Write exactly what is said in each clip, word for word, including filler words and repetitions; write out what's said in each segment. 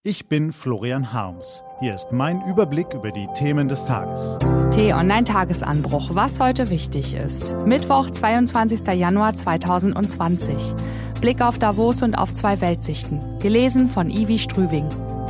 Ich bin Florian Harms. Hier ist mein Überblick über die Themen des Tages. T-Online-Tagesanbruch, was heute wichtig ist. Mittwoch, zweiundzwanzigster Januar zweitausendzwanzig. Blick auf Davos und auf zwei Weltsichten. Gelesen von Ivi Strübing.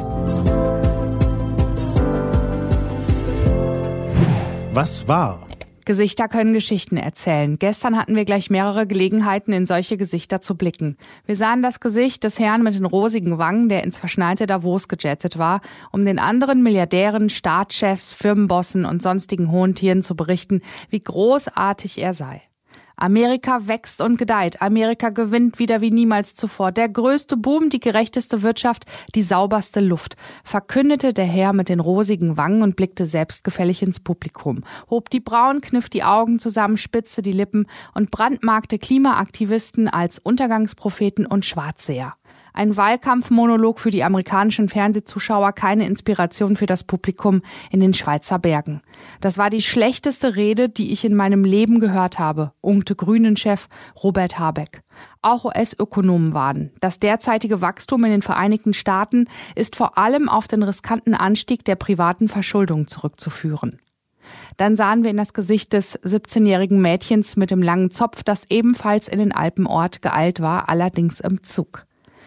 Was war? Gesichter können Geschichten erzählen. Gestern hatten wir gleich mehrere Gelegenheiten, in solche Gesichter zu blicken. Wir sahen das Gesicht des Herrn mit den rosigen Wangen, der ins verschneite Davos gejettet war, um den anderen Milliardären, Staatschefs, Firmenbossen und sonstigen hohen Tieren zu berichten, wie großartig er sei. Amerika wächst und gedeiht. Amerika gewinnt wieder wie niemals zuvor. Der größte Boom, die gerechteste Wirtschaft, die sauberste Luft, verkündete der Herr mit den rosigen Wangen und blickte selbstgefällig ins Publikum, hob die Brauen, kniff die Augen zusammen, spitzte die Lippen und brandmarkte Klimaaktivisten als Untergangspropheten und Schwarzseher. Ein Wahlkampfmonolog für die amerikanischen Fernsehzuschauer, keine Inspiration für das Publikum in den Schweizer Bergen. Das war die schlechteste Rede, die ich in meinem Leben gehört habe, unkte Grünen-Chef Robert Habeck. Auch U S-Ökonomen warnen. Das derzeitige Wachstum in den Vereinigten Staaten ist vor allem auf den riskanten Anstieg der privaten Verschuldung zurückzuführen. Dann sahen wir in das Gesicht des siebzehnjährigen Mädchens mit dem langen Zopf, das ebenfalls in den Alpenort geeilt war, allerdings im Zug.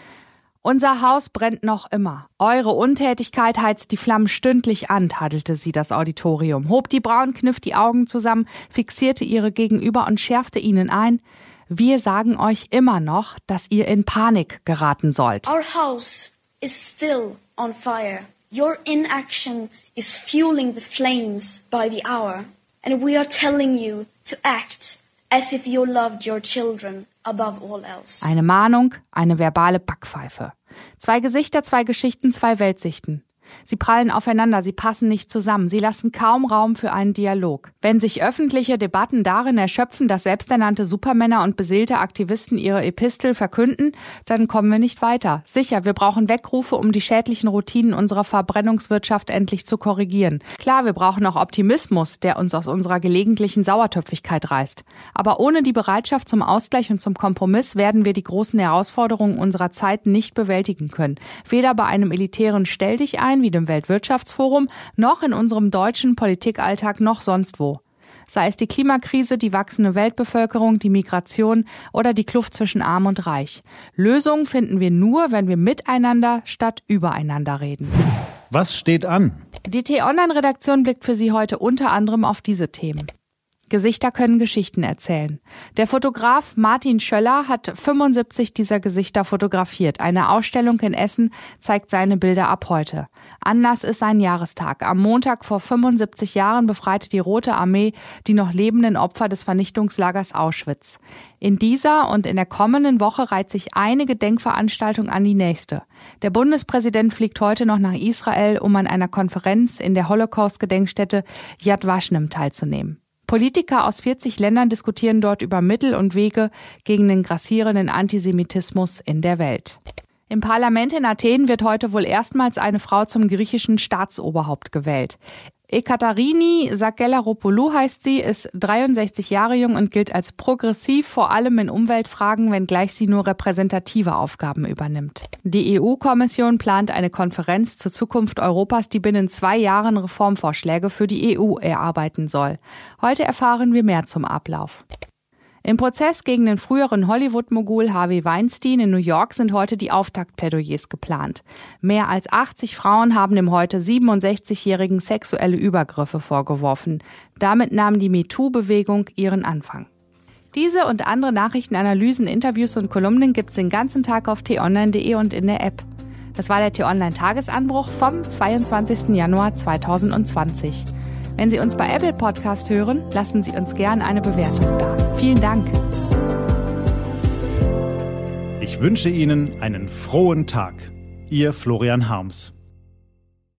Unser Haus brennt noch immer. Eure Untätigkeit heizt die Flammen stündlich an, tadelte sie das Auditorium, hob die Brauen, kniff die Augen zusammen, fixierte ihre Gegenüber und schärfte ihnen ein: Wir sagen euch immer noch, dass ihr in Panik geraten sollt. Our house is still on fire. Your inaction is fueling the flames by the hour. And we are telling you to act as if you loved your children above all else. Eine Mahnung, eine verbale Backpfeife. Zwei Gesichter, zwei Geschichten, zwei Weltsichten. Sie prallen aufeinander, sie passen nicht zusammen, sie lassen kaum Raum für einen Dialog. Wenn sich öffentliche Debatten darin erschöpfen, dass selbsternannte Supermänner und beseelte Aktivisten ihre Epistel verkünden, dann kommen wir nicht weiter. Sicher, wir brauchen Weckrufe, um die schädlichen Routinen unserer Verbrennungswirtschaft endlich zu korrigieren. Klar, wir brauchen auch Optimismus, der uns aus unserer gelegentlichen Sauertöpfigkeit reißt. Aber ohne die Bereitschaft zum Ausgleich und zum Kompromiss werden wir die großen Herausforderungen unserer Zeit nicht bewältigen können. Weder bei einem elitären Stell-dich-ein wie dem Weltwirtschaftsforum, noch in unserem deutschen Politikalltag, noch sonst wo. Sei es die Klimakrise, die wachsende Weltbevölkerung, die Migration oder die Kluft zwischen Arm und Reich. Lösungen finden wir nur, wenn wir miteinander statt übereinander reden. Was steht an? Die T-Online-Redaktion blickt für Sie heute unter anderem auf diese Themen. Gesichter können Geschichten erzählen. Der Fotograf Martin Schöller hat fünfundsiebzig dieser Gesichter fotografiert. Eine Ausstellung in Essen zeigt seine Bilder ab heute. Anlass ist sein Jahrestag. Am Montag vor fünfundsiebzig Jahren befreite die Rote Armee die noch lebenden Opfer des Vernichtungslagers Auschwitz. In dieser und in der kommenden Woche reiht sich eine Gedenkveranstaltung an die nächste. Der Bundespräsident fliegt heute noch nach Israel, um an einer Konferenz in der Holocaust-Gedenkstätte Yad Vashem teilzunehmen. Politiker aus vierzig Ländern diskutieren dort über Mittel und Wege gegen den grassierenden Antisemitismus in der Welt. Im Parlament in Athen wird heute wohl erstmals eine Frau zum griechischen Staatsoberhaupt gewählt. Ekaterini Sakellaropoulou heißt sie, ist dreiundsechzig Jahre jung und gilt als progressiv, vor allem in Umweltfragen, wenngleich sie nur repräsentative Aufgaben übernimmt. Die E U-Kommission plant eine Konferenz zur Zukunft Europas, die binnen zwei Jahren Reformvorschläge für die E U erarbeiten soll. Heute erfahren wir mehr zum Ablauf. Im Prozess gegen den früheren Hollywood-Mogul Harvey Weinstein in New York sind heute die Auftaktplädoyers geplant. Mehr als achtzig Frauen haben dem heute siebenundsechzigjährigen sexuelle Übergriffe vorgeworfen. Damit nahm die MeToo-Bewegung ihren Anfang. Diese und andere Nachrichten, Analysen, Interviews und Kolumnen gibt's den ganzen Tag auf t online punkt de und in der App. Das war der T-Online-Tagesanbruch vom zweiundzwanzigsten Januar zweitausendzwanzig. Wenn Sie uns bei Apple Podcast hören, lassen Sie uns gerne eine Bewertung da. Vielen Dank. Ich wünsche Ihnen einen frohen Tag. Ihr Florian Harms.